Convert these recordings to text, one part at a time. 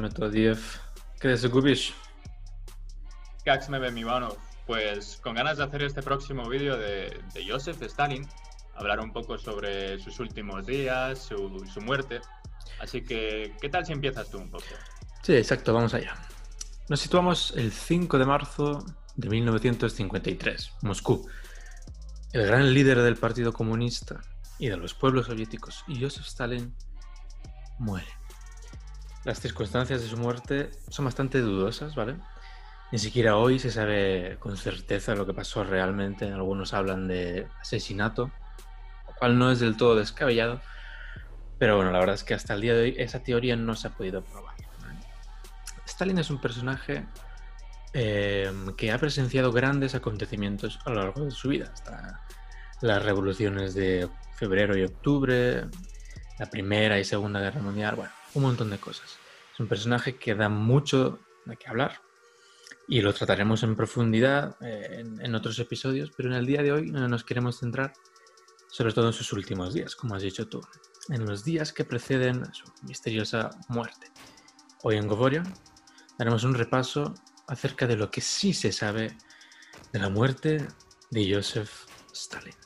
Metodiev. ¿Qué descubres? Cax me ve mi mano. Pues con ganas de hacer este próximo vídeo de Joseph Stalin, hablar un poco sobre sus últimos días, su muerte. Así que, ¿qué tal si empiezas tú un poco? Sí, exacto, vamos allá. Nos situamos el 5 de marzo de 1953, Moscú. El gran líder del Partido Comunista y de los pueblos soviéticos, Joseph Stalin, muere. Las circunstancias de su muerte son bastante dudosas, ¿vale? Ni siquiera hoy se sabe con certeza lo que pasó realmente. Algunos hablan de asesinato, lo cual no es del todo descabellado. Pero bueno, la verdad es que hasta el día de hoy esa teoría no se ha podido probar. Stalin es un personaje que ha presenciado grandes acontecimientos a lo largo de su vida. Hasta las revoluciones de febrero y octubre, la Primera y Segunda Guerra Mundial, bueno, un montón de cosas. Es un personaje que da mucho de qué hablar y lo trataremos en profundidad en otros episodios, pero en el día de hoy no nos queremos centrar sobre todo en sus últimos días, como has dicho tú, en los días que preceden su misteriosa muerte. Hoy en Govoria haremos un repaso acerca de lo que sí se sabe de la muerte de Joseph Stalin.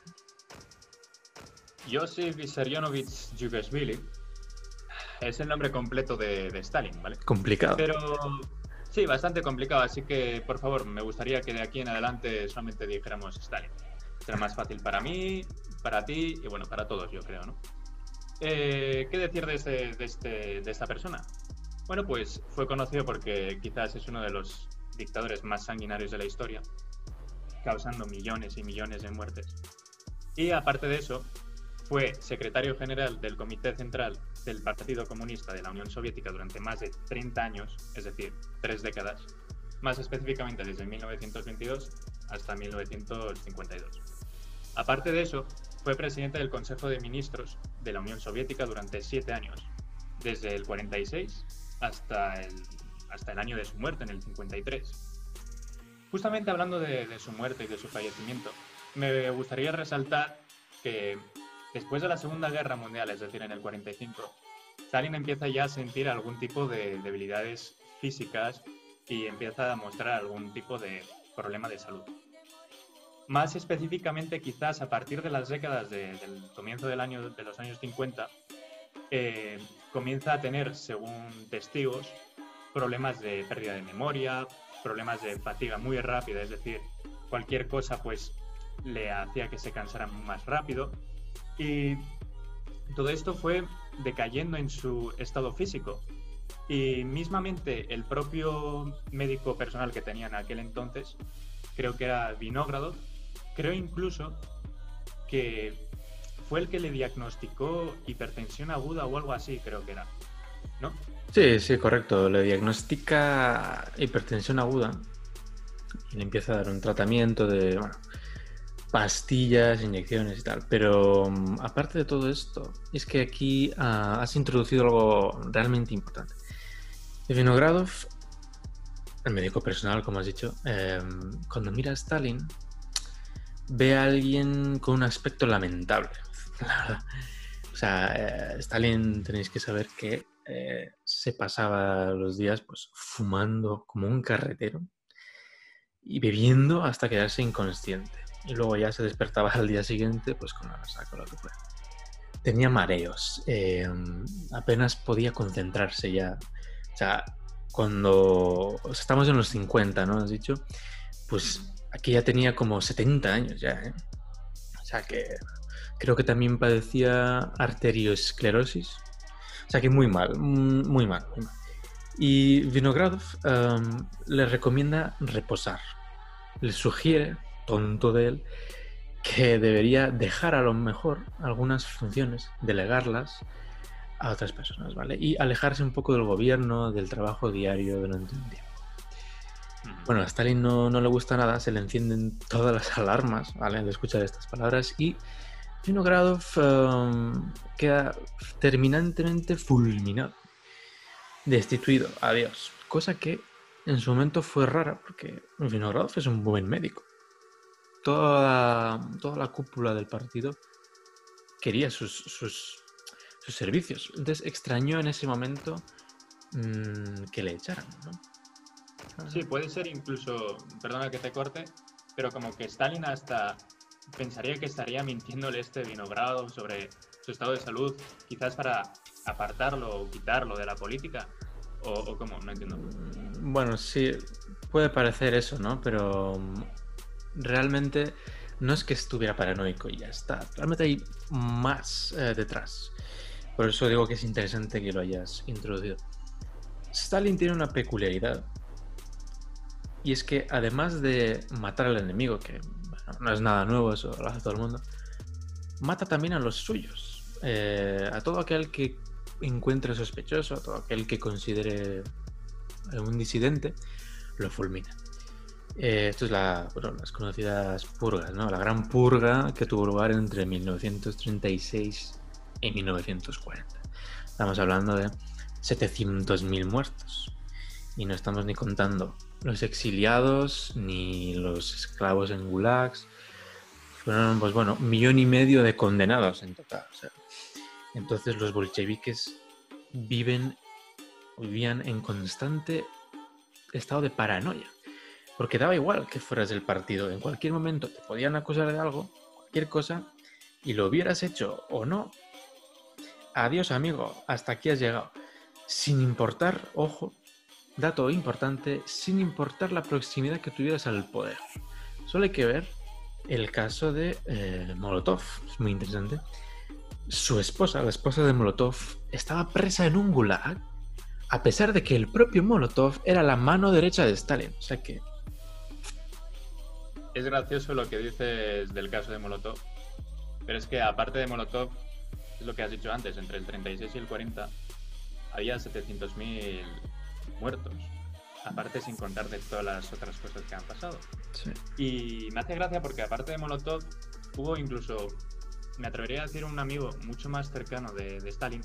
Joseph Vissarionovich Yugashvili es el nombre completo de Stalin, ¿vale? Complicado. Pero sí, bastante complicado, así que por favor, me gustaría que de aquí en adelante solamente dijéramos Stalin. Será más fácil para mí, para ti y bueno, para todos, yo creo, ¿no? ¿Qué decir de esta persona? Bueno, pues fue conocido porque quizás es uno de los dictadores más sanguinarios de la historia, causando millones y millones de muertes. Y aparte de eso, fue secretario general del Comité Central del Partido Comunista de la Unión Soviética durante más de 30 años, es decir, 3 décadas, más específicamente desde 1922 hasta 1952. Aparte de eso, fue presidente del Consejo de Ministros de la Unión Soviética durante 7 años, desde el 46 hasta el año de su muerte, en el 53. Justamente hablando de su muerte y de su fallecimiento, me gustaría resaltar que después de la Segunda Guerra Mundial, es decir, en el 45, Stalin empieza ya a sentir algún tipo de debilidades físicas y empieza a mostrar algún tipo de problema de salud. Más específicamente, quizás a partir de las décadas del comienzo de los años 50, comienza a tener, según testigos, problemas de pérdida de memoria, problemas de fatiga muy rápida, es decir, cualquier cosa pues le hacía que se cansara más rápido, y todo esto fue decayendo en su estado físico. Y mismamente el propio médico personal que tenía en aquel entonces, creo que era Vinogradov, creo incluso que fue el que le diagnosticó hipertensión aguda o algo así, creo que era, ¿no? Sí, correcto. Le diagnostica hipertensión aguda y le empieza a dar un tratamiento de pastillas, inyecciones y tal. Pero aparte de todo esto, es que aquí has introducido algo realmente importante. Vinogradov, el médico personal, como has dicho, cuando mira a Stalin, ve a alguien con un aspecto lamentable. La verdad. O sea, Stalin, tenéis que saber que se pasaba los días pues fumando como un carretero y bebiendo hasta quedarse inconsciente. Y luego ya se despertaba al día siguiente pues con la resaca o lo que fuera. Tenía mareos, apenas podía concentrarse ya. O sea, cuando estamos en los 50, ¿no? Has dicho, pues aquí ya tenía como 70 años ya, ¿eh? O sea que creo que también padecía arteriosclerosis. O sea que muy mal, muy mal, muy mal. Y Vinogradov le recomienda reposar. Le sugiere, tonto de él, que debería dejar a lo mejor algunas funciones, delegarlas a otras personas, ¿vale? Y alejarse un poco del gobierno, del trabajo diario durante un tiempo. Bueno, a Stalin no le gusta nada, se le encienden todas las alarmas, ¿vale? Al escuchar estas palabras y Vinogradov queda terminantemente fulminado, destituido, adiós. Cosa que en su momento fue rara porque Vinogradov es un buen médico. Toda la cúpula del partido quería sus servicios. Entonces extrañó en ese momento que le echaran, ¿no? Sí, puede ser incluso, perdona que te corte, pero como que Stalin hasta pensaría que estaría mintiéndole este Vinograd sobre su estado de salud, quizás para apartarlo o quitarlo de la política, o cómo, no entiendo. Bueno, sí, puede parecer eso, ¿no? Pero realmente no es que estuviera paranoico y ya está. Realmente hay más detrás. Por eso digo que es interesante que lo hayas introducido. Stalin tiene una peculiaridad. Y es que además de matar al enemigo, que bueno, no es nada nuevo, eso lo hace todo el mundo, mata también a los suyos. A todo aquel que encuentre sospechoso, a todo aquel que considere un disidente, lo fulmina. Esto es las conocidas purgas, ¿no? La gran purga que tuvo lugar entre 1936 y 1940. Estamos hablando de 700.000 muertos. Y no estamos ni contando los exiliados ni los esclavos en gulags. Fueron, pues bueno, 1,5 millones de condenados en total. O sea, entonces los bolcheviques vivían en constante estado de paranoia. Porque daba igual que fueras del partido. En cualquier momento te podían acusar de algo, cualquier cosa, y lo hubieras hecho o no. Adiós, amigo, hasta aquí has llegado. Sin importar, ojo, dato importante, sin importar la proximidad que tuvieras al poder. Solo hay que ver el caso de Molotov. Es muy interesante. Su esposa, la esposa de Molotov, estaba presa en un gulag, a pesar de que el propio Molotov era la mano derecha de Stalin. O sea que... Es gracioso lo que dices del caso de Molotov, pero es que aparte de Molotov, es lo que has dicho antes, entre el 36 y el 40 había 700.000 muertos, aparte sin contar de todas las otras cosas que han pasado. Sí. Y me hace gracia porque aparte de Molotov hubo incluso, me atrevería a decir, un amigo mucho más cercano de Stalin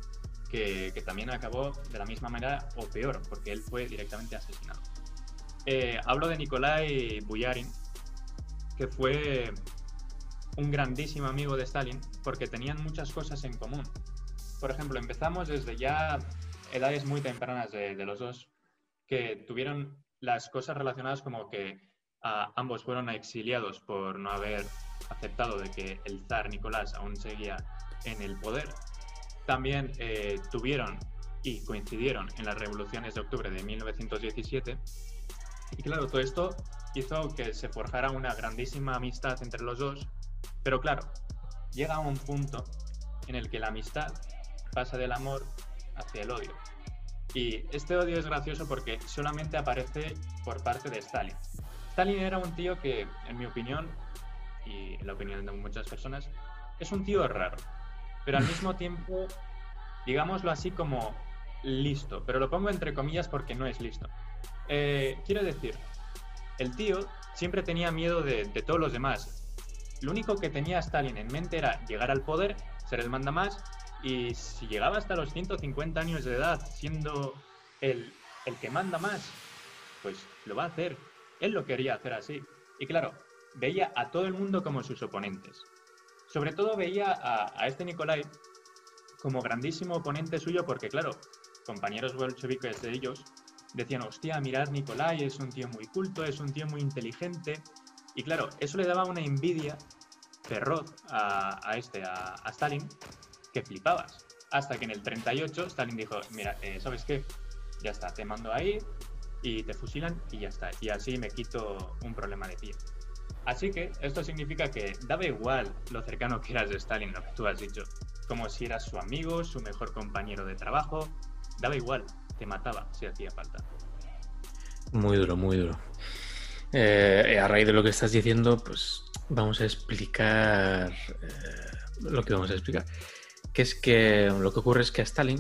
que también acabó de la misma manera o peor, porque él fue directamente asesinado. Hablo de Nikolai Buyarin, que fue un grandísimo amigo de Stalin porque tenían muchas cosas en común. Por ejemplo, empezamos desde ya edades muy tempranas de los dos, que tuvieron las cosas relacionadas como que ambos fueron exiliados por no haber aceptado de que el zar Nicolás aún seguía en el poder. También tuvieron y coincidieron en las revoluciones de octubre de 1917. Y claro, todo esto hizo que se forjara una grandísima amistad entre los dos. Pero claro, llega a un punto en el que la amistad pasa del amor hacia el odio. Y este odio es gracioso porque solamente aparece por parte de Stalin. Stalin era un tío que, en mi opinión, y en la opinión de muchas personas, es un tío raro. Pero al mismo tiempo, digámoslo así, como listo. Pero lo pongo entre comillas porque no es listo. Quiero decir, el tío siempre tenía miedo de todos los demás. Lo único que tenía Stalin en mente era llegar al poder, ser el mandamás, y si llegaba hasta los 150 años de edad siendo el que manda más, pues lo va a hacer. Él lo quería hacer así. Y claro, veía a todo el mundo como sus oponentes. Sobre todo veía a este Nikolai como grandísimo oponente suyo porque, claro, compañeros bolcheviques de ellos decían, hostia, mirad, Nikolai es un tío muy culto, es un tío muy inteligente. Y claro, eso le daba una envidia feroz a Stalin, que flipabas. Hasta que en el 38 Stalin dijo, mira, ¿sabes qué? Ya está, te mando ahí y te fusilan y ya está. Y así me quito un problema de pie. Así que esto significa que daba igual lo cercano que eras de Stalin, lo que tú has dicho. Como si eras su amigo, su mejor compañero de trabajo. Daba igual, te mataba si hacía falta. Muy duro, muy duro. A raíz de lo que estás diciendo, pues vamos a explicar lo que vamos a explicar. Que es que lo que ocurre es que a Stalin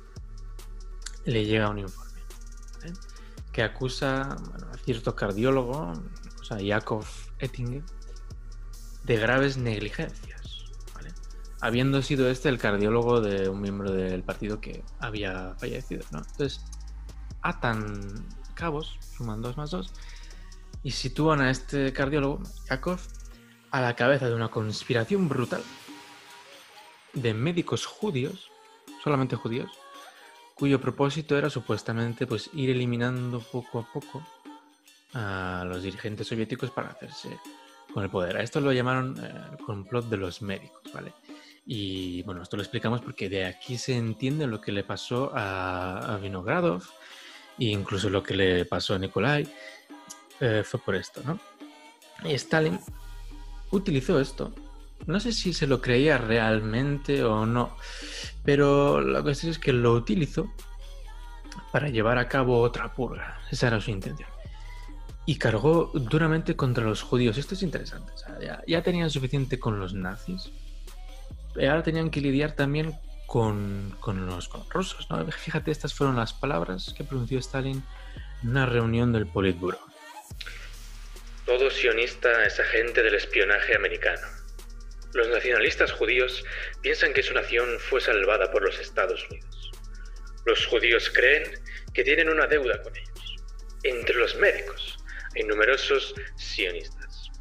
le llega un informe, ¿vale? Que acusa a cierto cardiólogo, a Yakov Ettinger, de graves negligencias, ¿vale? Habiendo sido este el cardiólogo de un miembro del partido que había fallecido, ¿no? Entonces, atan cabos, suman 2 más 2, y sitúan a este cardiólogo, Yakov, a la cabeza de una conspiración brutal de médicos judíos, solamente judíos, cuyo propósito era supuestamente pues ir eliminando poco a poco a los dirigentes soviéticos para hacerse con el poder. A esto lo llamaron el complot de los médicos, ¿vale? Y bueno, esto lo explicamos porque de aquí se entiende lo que le pasó a Vinogradov e incluso lo que le pasó a Nikolai. Fue por esto, ¿no? Y Stalin utilizó esto. No sé si se lo creía realmente o no, pero la cuestión es que lo utilizó para llevar a cabo otra purga. Esa era su intención. Y cargó duramente contra los judíos. Esto es interesante. O sea, ya tenían suficiente con los nazis. Y ahora tenían que lidiar también con los rusos, ¿no? Fíjate, estas fueron las palabras que pronunció Stalin en una reunión del Politburo. Todo sionista es agente del espionaje americano. Los nacionalistas judíos piensan que su nación fue salvada por los Estados Unidos. Los judíos creen que tienen una deuda con ellos. Entre los médicos hay numerosos sionistas.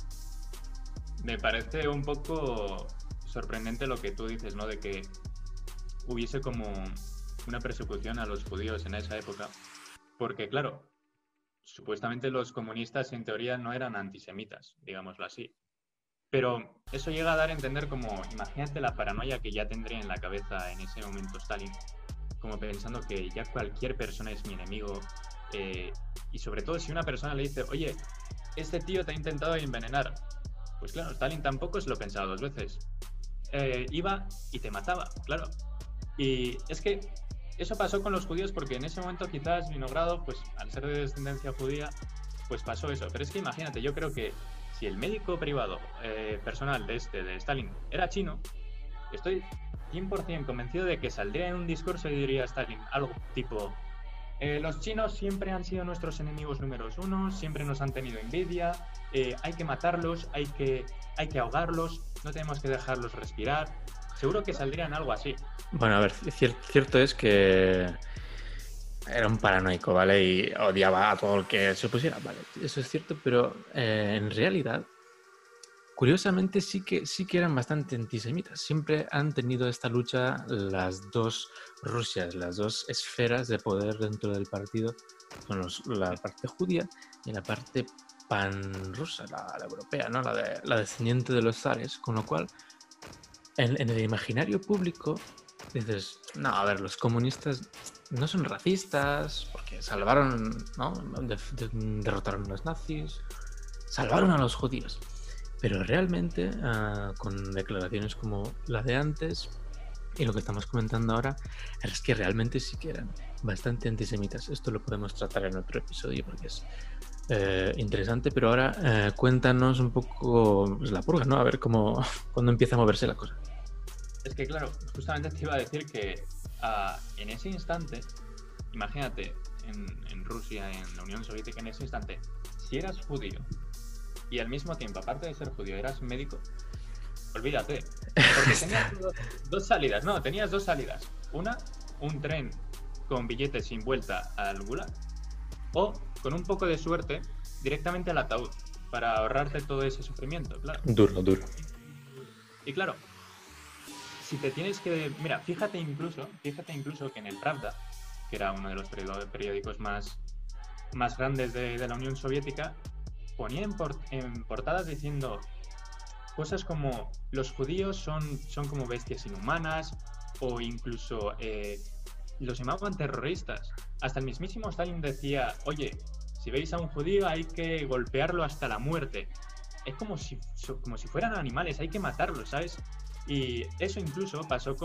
Me parece un poco sorprendente lo que tú dices, ¿no? De que hubiese como una persecución a los judíos en esa época. Porque, claro, supuestamente los comunistas en teoría no eran antisemitas, digámoslo así. Pero eso llega a dar a entender como, imagínate la paranoia que ya tendría en la cabeza en ese momento Stalin, como pensando que ya cualquier persona es mi enemigo, y sobre todo si una persona le dice, oye, este tío te ha intentado envenenar, pues claro, Stalin tampoco se lo pensaba dos veces. Iba y te mataba, claro. Y es que eso pasó con los judíos porque en ese momento quizás Vinogradov, pues al ser de descendencia judía, pues pasó eso. Pero es que imagínate, yo creo que si el médico privado personal de Stalin era chino, estoy 100% convencido de que saldría en un discurso y diría Stalin algo tipo: los chinos siempre han sido nuestros enemigos números uno, siempre nos han tenido envidia, hay que matarlos, hay que ahogarlos, no tenemos que dejarlos respirar. Seguro que saldrían algo así. Bueno, a ver, cierto es que era un paranoico, ¿vale? Y odiaba a todo el que se opusiera, ¿vale? Eso es cierto, pero en realidad, curiosamente, sí que eran bastante antisemitas. Siempre han tenido esta lucha las dos Rusias, las dos esferas de poder dentro del partido, son la parte judía y la parte panrusa, la europea, ¿no? La descendiente de los zares, con lo cual, en el imaginario público, dices, no, a ver, los comunistas no son racistas porque salvaron, ¿no? Derrotaron a los nazis, salvaron a los judíos. Pero realmente, con declaraciones como la de antes y lo que estamos comentando ahora, es que realmente sí que eran bastante antisemitas. Esto lo podemos tratar en otro episodio porque es interesante, pero ahora cuéntanos un poco pues, la purga, ¿no? A ver cuándo empieza a moverse la cosa. Es que claro, justamente te iba a decir que en ese instante, imagínate, en Rusia, en la Unión Soviética, en ese instante, si eras judío y al mismo tiempo, aparte de ser judío, eras médico, olvídate. Porque tenías dos salidas, no, tenías dos salidas. Una, un tren con billetes sin vuelta al Gulag, o, con un poco de suerte, directamente al ataúd, para ahorrarte todo ese sufrimiento, claro. Duro. Y claro, si te tienes que... Mira, fíjate incluso que en el Pravda, que era uno de los periódicos más grandes de la Unión Soviética, ponía en portadas diciendo cosas como los judíos son como bestias inhumanas, o incluso los llamaban terroristas. Hasta el mismísimo Stalin decía, oye, si veis a un judío hay que golpearlo hasta la muerte. Es como si fueran animales, hay que matarlos, ¿sabes? Y eso incluso pasó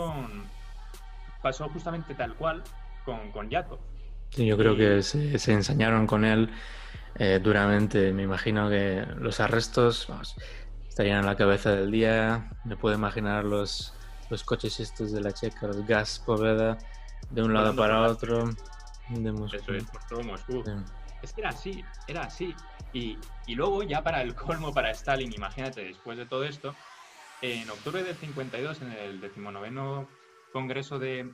justamente tal cual con Yakov. Sí, yo creo que se ensañaron con él duramente. Me imagino que los arrestos estarían a la cabeza del día. Me puedo imaginar los coches estos de la Checa, los gas Poveda, de un lado para otro. De Moscú. Eso es, por todo Moscú. Sí. Es que era así. Y luego, ya para el colmo, para Stalin, imagínate, después de todo esto, en octubre del 52, en el 19º Congreso del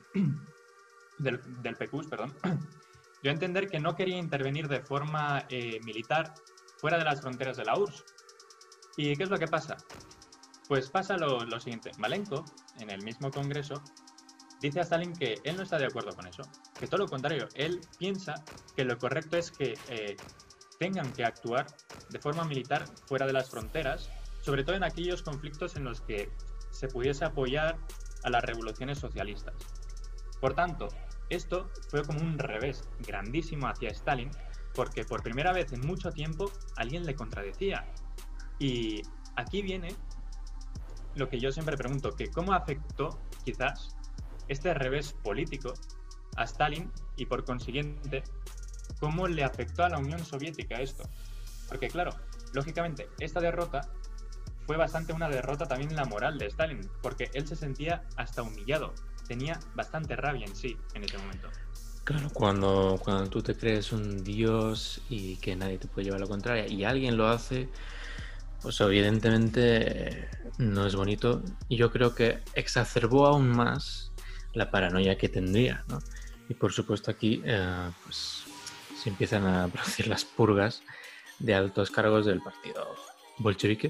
PQS, dio a entender que no quería intervenir de forma militar fuera de las fronteras de la URSS. ¿Y qué es lo que pasa? Pues pasa lo siguiente. Malenkov, en el mismo Congreso, dice a Stalin que él no está de acuerdo con eso, que todo lo contrario, él piensa que lo correcto es que tengan que actuar de forma militar fuera de las fronteras, sobre todo en aquellos conflictos en los que se pudiese apoyar a las revoluciones socialistas. Por tanto, esto fue como un revés grandísimo hacia Stalin, porque por primera vez en mucho tiempo alguien le contradecía. Y aquí viene lo que yo siempre pregunto, que cómo afectó quizás este revés político a Stalin y por consiguiente cómo le afectó a la Unión Soviética esto. Porque claro, lógicamente esta derrota fue bastante una derrota también en la moral de Stalin, porque él se sentía hasta humillado, tenía bastante rabia en sí en ese momento. Claro, cuando tú te crees un dios y que nadie te puede llevar a la contraria y alguien lo hace, pues evidentemente no es bonito, y yo creo que exacerbó aún más la paranoia que tendría, ¿no? Y por supuesto aquí pues se empiezan a producir las purgas de altos cargos del partido bolchevique.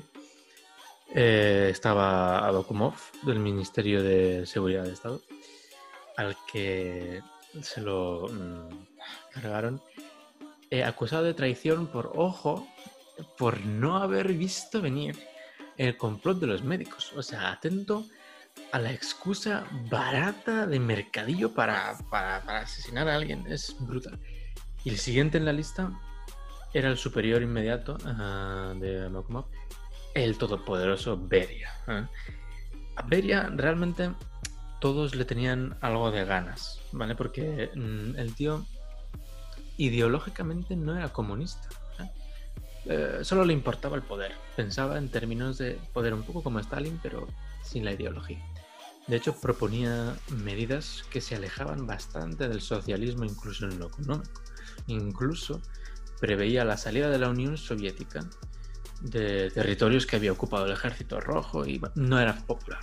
Estaba Abakumov del Ministerio de Seguridad de Estado, al que se lo cargaron, acusado de traición por no haber visto venir el complot de los médicos. O sea, atento a la excusa barata de mercadillo para asesinar a alguien. Es brutal. Y el siguiente en la lista era el superior inmediato de Abakumov, el todopoderoso Beria. A Beria realmente todos le tenían algo de ganas, ¿vale? Porque el tío ideológicamente no era comunista, solo le importaba el poder. Pensaba en términos de poder un poco como Stalin, pero sin la ideología. De hecho, proponía medidas que se alejaban bastante del socialismo, incluso en lo económico. Incluso preveía la salida de la Unión Soviética de territorios que había ocupado el Ejército Rojo y no era popular.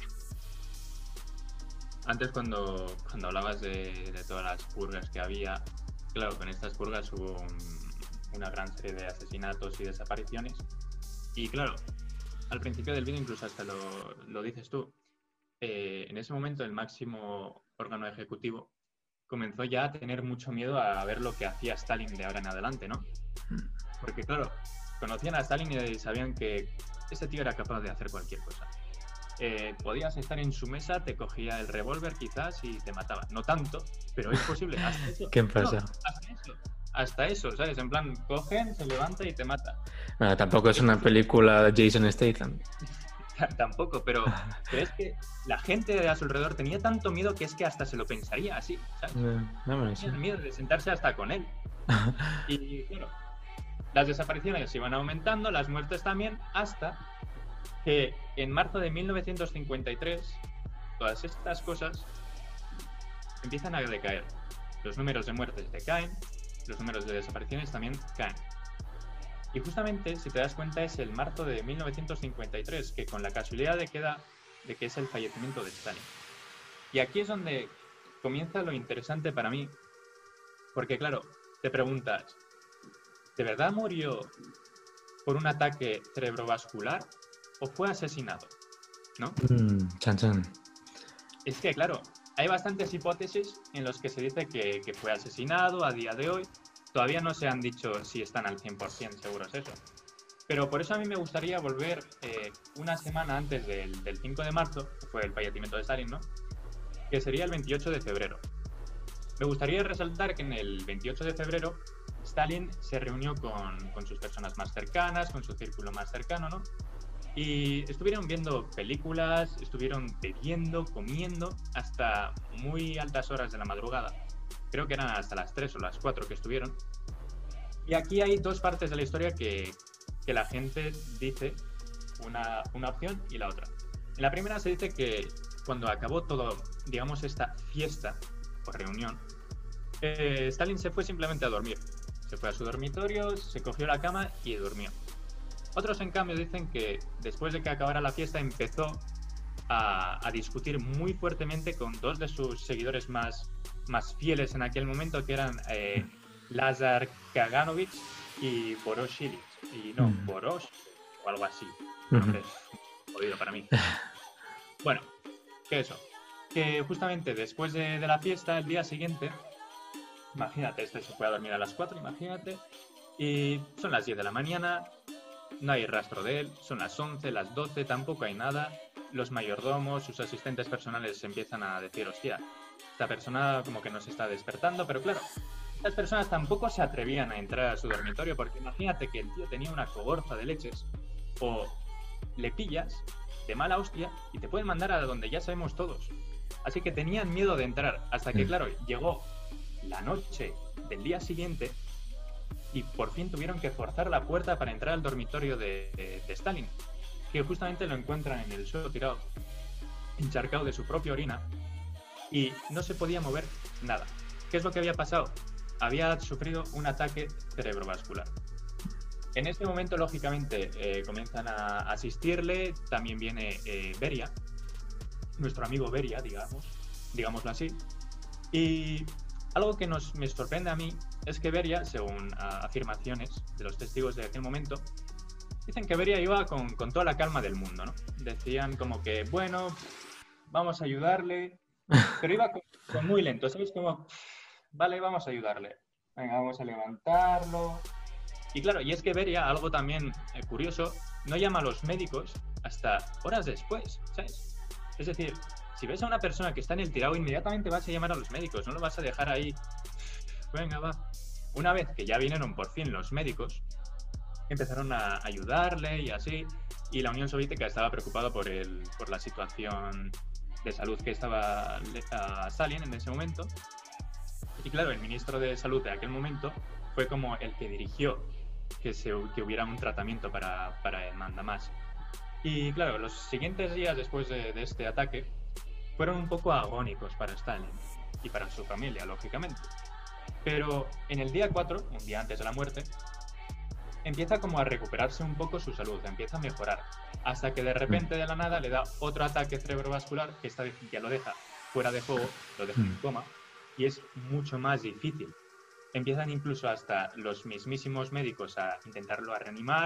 Antes cuando hablabas de todas las purgas que había, claro, con estas purgas hubo una gran serie de asesinatos y desapariciones. Y claro, al principio del vídeo incluso hasta lo dices tú, en ese momento el máximo órgano ejecutivo comenzó ya a tener mucho miedo a ver lo que hacía Stalin de ahora en adelante, ¿no? Porque claro, conocían a Stalin y sabían que ese tío era capaz de hacer cualquier cosa. Podías estar en su mesa, te cogía el revólver quizás y te mataba. No tanto, pero es posible. Hasta eso. ¿Qué pasa? No, hasta eso, ¿sabes? En plan, cogen, se levanta y te mata. Bueno, tampoco es una película de Jason Statham. Tampoco, pero es que la gente de a su alrededor tenía tanto miedo que es que hasta se lo pensaría así, ¿sabes? Tenían miedo de sentarse hasta con él. Y claro, las desapariciones iban aumentando, las muertes también, hasta que en marzo de 1953 todas estas cosas empiezan a decaer. Los números de muertes decaen, los números de desapariciones también caen. Y justamente, si te das cuenta, es el marzo de 1953, que con la casualidad de que es el fallecimiento de Stalin. Y aquí es donde comienza lo interesante para mí, porque claro, te preguntas, ¿de verdad murió por un ataque cerebrovascular o fue asesinado? ¿No? Chan chan. Es que, claro, hay bastantes hipótesis en las que se dice que fue asesinado a día de hoy. Todavía no se han dicho si están al 100% seguros eso. Pero por eso a mí me gustaría volver una semana antes del 5 de marzo, que fue el fallecimiento de Stalin, ¿no? Que sería el 28 de febrero. Me gustaría resaltar que en el 28 de febrero Stalin se reunió con sus personas más cercanas, con su círculo más cercano, ¿no? Y estuvieron viendo películas, estuvieron bebiendo, comiendo, hasta muy altas horas de la madrugada. Creo que eran hasta las 3 o las 4 que estuvieron. Y aquí hay dos partes de la historia que la gente dice una opción y la otra. En la primera se dice que cuando acabó todo, digamos, esta fiesta o reunión, Stalin se fue simplemente a dormir. Se fue a su dormitorio, se cogió la cama y durmió. Otros, en cambio, dicen que después de que acabara la fiesta empezó a discutir muy fuertemente con dos de sus seguidores más fieles en aquel momento, que eran Lazar Kaganovich y Boris Ilich. Y no, Boros o algo así. No, es jodido para mí. Bueno, ¿qué es eso? que justamente después de la fiesta, el día siguiente, imagínate, este se fue a dormir a las 4, imagínate, y son las 10 de la mañana, no hay rastro de él, son las 11, las 12, tampoco hay nada. Los mayordomos, sus asistentes personales empiezan a decir, hostia, esta persona como que no se está despertando, pero claro, estas personas tampoco se atrevían a entrar a su dormitorio, porque imagínate que el tío tenía una cogorza de leches, o le pillas de mala hostia y te pueden mandar a donde ya sabemos todos. Así que tenían miedo de entrar, hasta que, claro, llegó la noche del día siguiente y por fin tuvieron que forzar la puerta para entrar al dormitorio de Stalin, que justamente lo encuentran en el suelo tirado, encharcado de su propia orina, y no se podía mover nada. ¿Qué es lo que había pasado? Había sufrido un ataque cerebrovascular. En este momento, lógicamente, comienzan a asistirle, también viene Beria, nuestro amigo Beria, digámoslo así, y algo que me sorprende a mí es que Beria, según afirmaciones de los testigos de aquel momento, dicen que Beria iba con toda la calma del mundo, ¿no? Decían como que, bueno, vamos a ayudarle, pero iba con muy lento, ¿sabes? Como, vale, vamos a ayudarle, venga, vamos a levantarlo. Y claro, y es que Beria, algo también curioso, no llama a los médicos hasta horas después, ¿sabes? Es decir, si ves a una persona que está en el tirado, inmediatamente vas a llamar a los médicos, no lo vas a dejar ahí, venga, va. Una vez que ya vinieron por fin los médicos, empezaron a ayudarle y así, y la Unión Soviética estaba preocupada por la situación de salud que estaba Stalin en ese momento. Y claro, el ministro de Salud de aquel momento fue como el que dirigió que hubiera un tratamiento para el mandamás. Y claro, los siguientes días después de este ataque fueron un poco agónicos para Stalin y para su familia, lógicamente. Pero en el día 4, un día antes de la muerte, empieza como a recuperarse un poco su salud, empieza a mejorar, hasta que de repente de la nada le da otro ataque cerebrovascular que esta vez ya lo deja fuera de juego, lo deja en coma, y es mucho más difícil. Empiezan incluso hasta los mismísimos médicos a intentarlo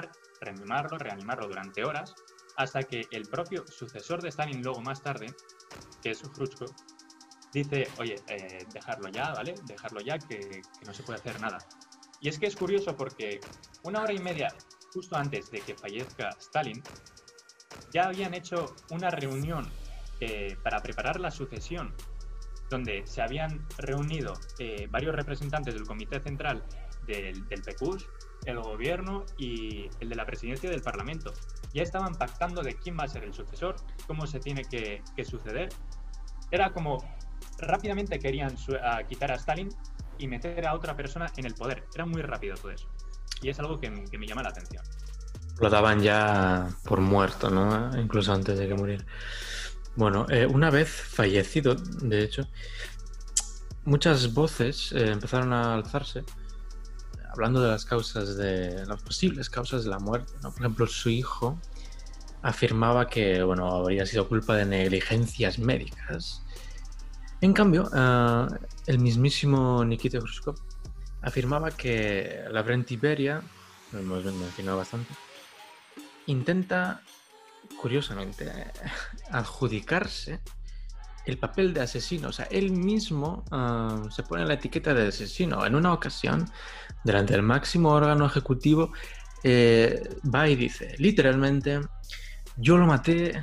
reanimarlo durante horas, hasta que el propio sucesor de Stalin luego más tarde, que es Khrushchev, dice, oye, dejarlo ya, ¿vale? Dejarlo ya, que no se puede hacer nada. Y es que es curioso porque 1 hora y media justo antes de que fallezca Stalin, ya habían hecho una reunión para preparar la sucesión, donde se habían reunido varios representantes del Comité Central del PQS, el gobierno y el de la presidencia del Parlamento. Ya estaban pactando de quién va a ser el sucesor, cómo se tiene que suceder. Era como rápidamente querían quitar a Stalin y meter a otra persona en el poder. Era muy rápido todo eso. Y es algo que me llama la atención. Lo daban ya por muerto, ¿no? Incluso antes de que muriera. Bueno, una vez fallecido, de hecho, muchas voces empezaron a alzarse hablando de las posibles causas de la muerte, ¿no? Por ejemplo, su hijo afirmaba que, bueno, habría sido culpa de negligencias médicas. En cambio, el mismísimo Nikita Khrushchev afirmaba que Lavrenti Beria, lo hemos mencionado bastante, intenta, curiosamente, adjudicarse el papel de asesino. O sea, él mismo se pone la etiqueta de asesino. En una ocasión, delante del máximo órgano ejecutivo, va y dice, literalmente, yo lo maté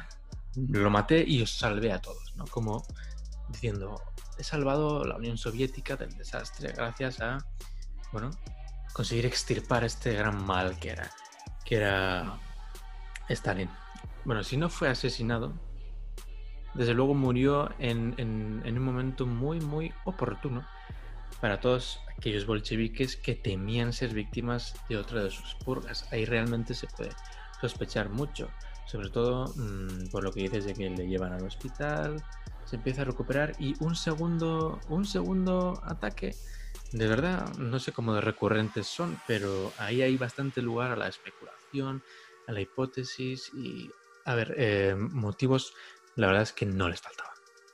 y os salvé a todos, ¿no? Como diciendo, he salvado la Unión Soviética del desastre gracias a, bueno, conseguir extirpar este gran mal que era Stalin. Bueno, si no fue asesinado, desde luego murió en un momento muy, muy oportuno para todos aquellos bolcheviques que temían ser víctimas de otra de sus purgas. Ahí realmente se puede sospechar mucho, sobre todo por lo que dices de que le llevan al hospital, se empieza a recuperar y un segundo ataque, de verdad, no sé cómo de recurrentes son, pero ahí hay bastante lugar a la especulación, a la hipótesis y, a ver, motivos, la verdad es que no les faltaba.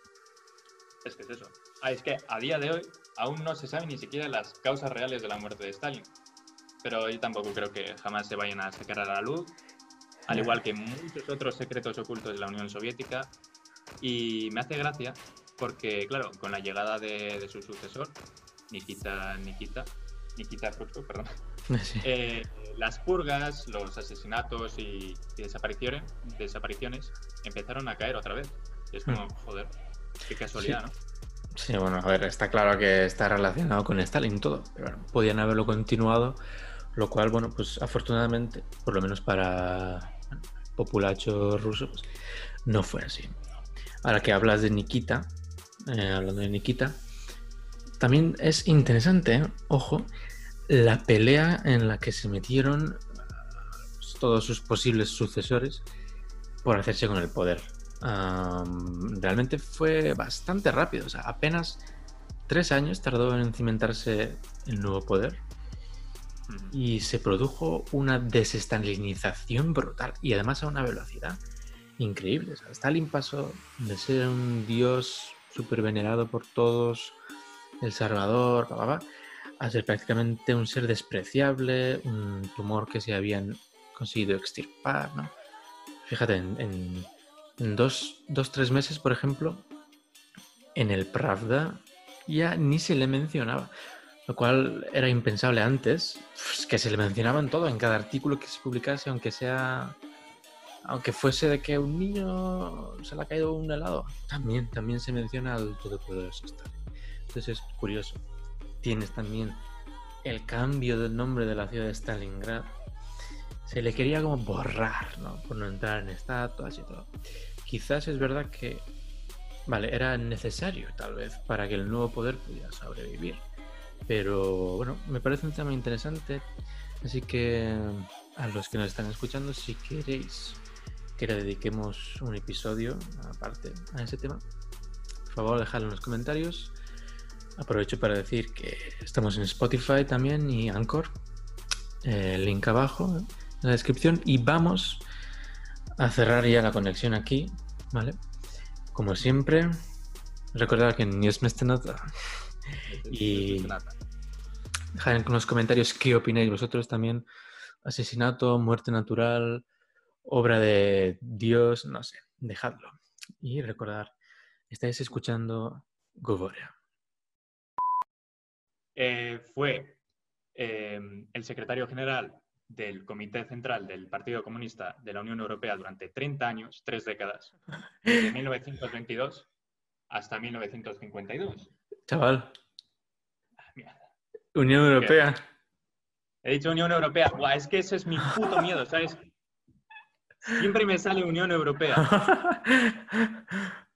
Es que es eso. Es que a día de hoy aún no se saben ni siquiera las causas reales de la muerte de Stalin. Pero yo tampoco creo que jamás se vayan a sacar a la luz, al igual que muchos otros secretos ocultos de la Unión Soviética. Y me hace gracia porque, claro, con la llegada de su sucesor, Nikita Khrushchev, perdón, Sí. las purgas, los asesinatos y desapariciones empezaron a caer otra vez. Y es como, joder, qué casualidad, Sí. ¿no? Sí, bueno, a ver, está claro que está relacionado con Stalin todo, pero bueno, podían haberlo continuado, lo cual, bueno, pues afortunadamente, por lo menos para bueno, el populacho ruso, pues no fue así. Ahora que hablas de Nikita, hablando de Nikita, también es interesante, ojo, la pelea en la que se metieron todos sus posibles sucesores por hacerse con el poder. Realmente fue bastante rápido, o sea, apenas 3 años tardó en cimentarse el nuevo poder y se produjo una desestalinización brutal y además a una velocidad increíble. O sea, Stalin pasó de ser un dios súper venerado por todos, el salvador, a ser prácticamente un ser despreciable, un tumor que se habían conseguido extirpar, ¿no? Fíjate, en 3 meses, por ejemplo, en el Pravda ya ni se le mencionaba, lo cual era impensable antes, pues, que se le mencionaba en todo, en cada artículo que se publicase, aunque fuese de que un niño se le ha caído un helado, también se menciona al todopoderoso Stalin. Entonces es curioso. Tienes también el cambio del nombre de la ciudad de Stalingrad. Se le quería como borrar, ¿no? Por no entrar en estatuas y todo. Quizás es verdad que, vale, era necesario tal vez para que el nuevo poder pudiera sobrevivir. Pero bueno, me parece un tema interesante. Así que a los que nos están escuchando, si queréis que le dediquemos un episodio aparte a ese tema, por favor dejadlo en los comentarios. Aprovecho para decir que estamos en Spotify también y Anchor. Link abajo en la descripción. Y vamos a cerrar ya la conexión aquí, ¿vale? Como siempre, recordad que ni es nada. Y dejad en los comentarios qué opináis vosotros también. Asesinato, muerte natural, obra de Dios, no sé, dejadlo. Y recordad, estáis escuchando Govoria. Fue el secretario general del Comité Central del Partido Comunista de la Unión Europea durante 30 años, 3 décadas, desde 1922 hasta 1952. Chaval, Mierda. Unión Europea. He dicho Unión Europea. Buah, es que ese es mi puto miedo, ¿sabes? Siempre me sale Unión Europea.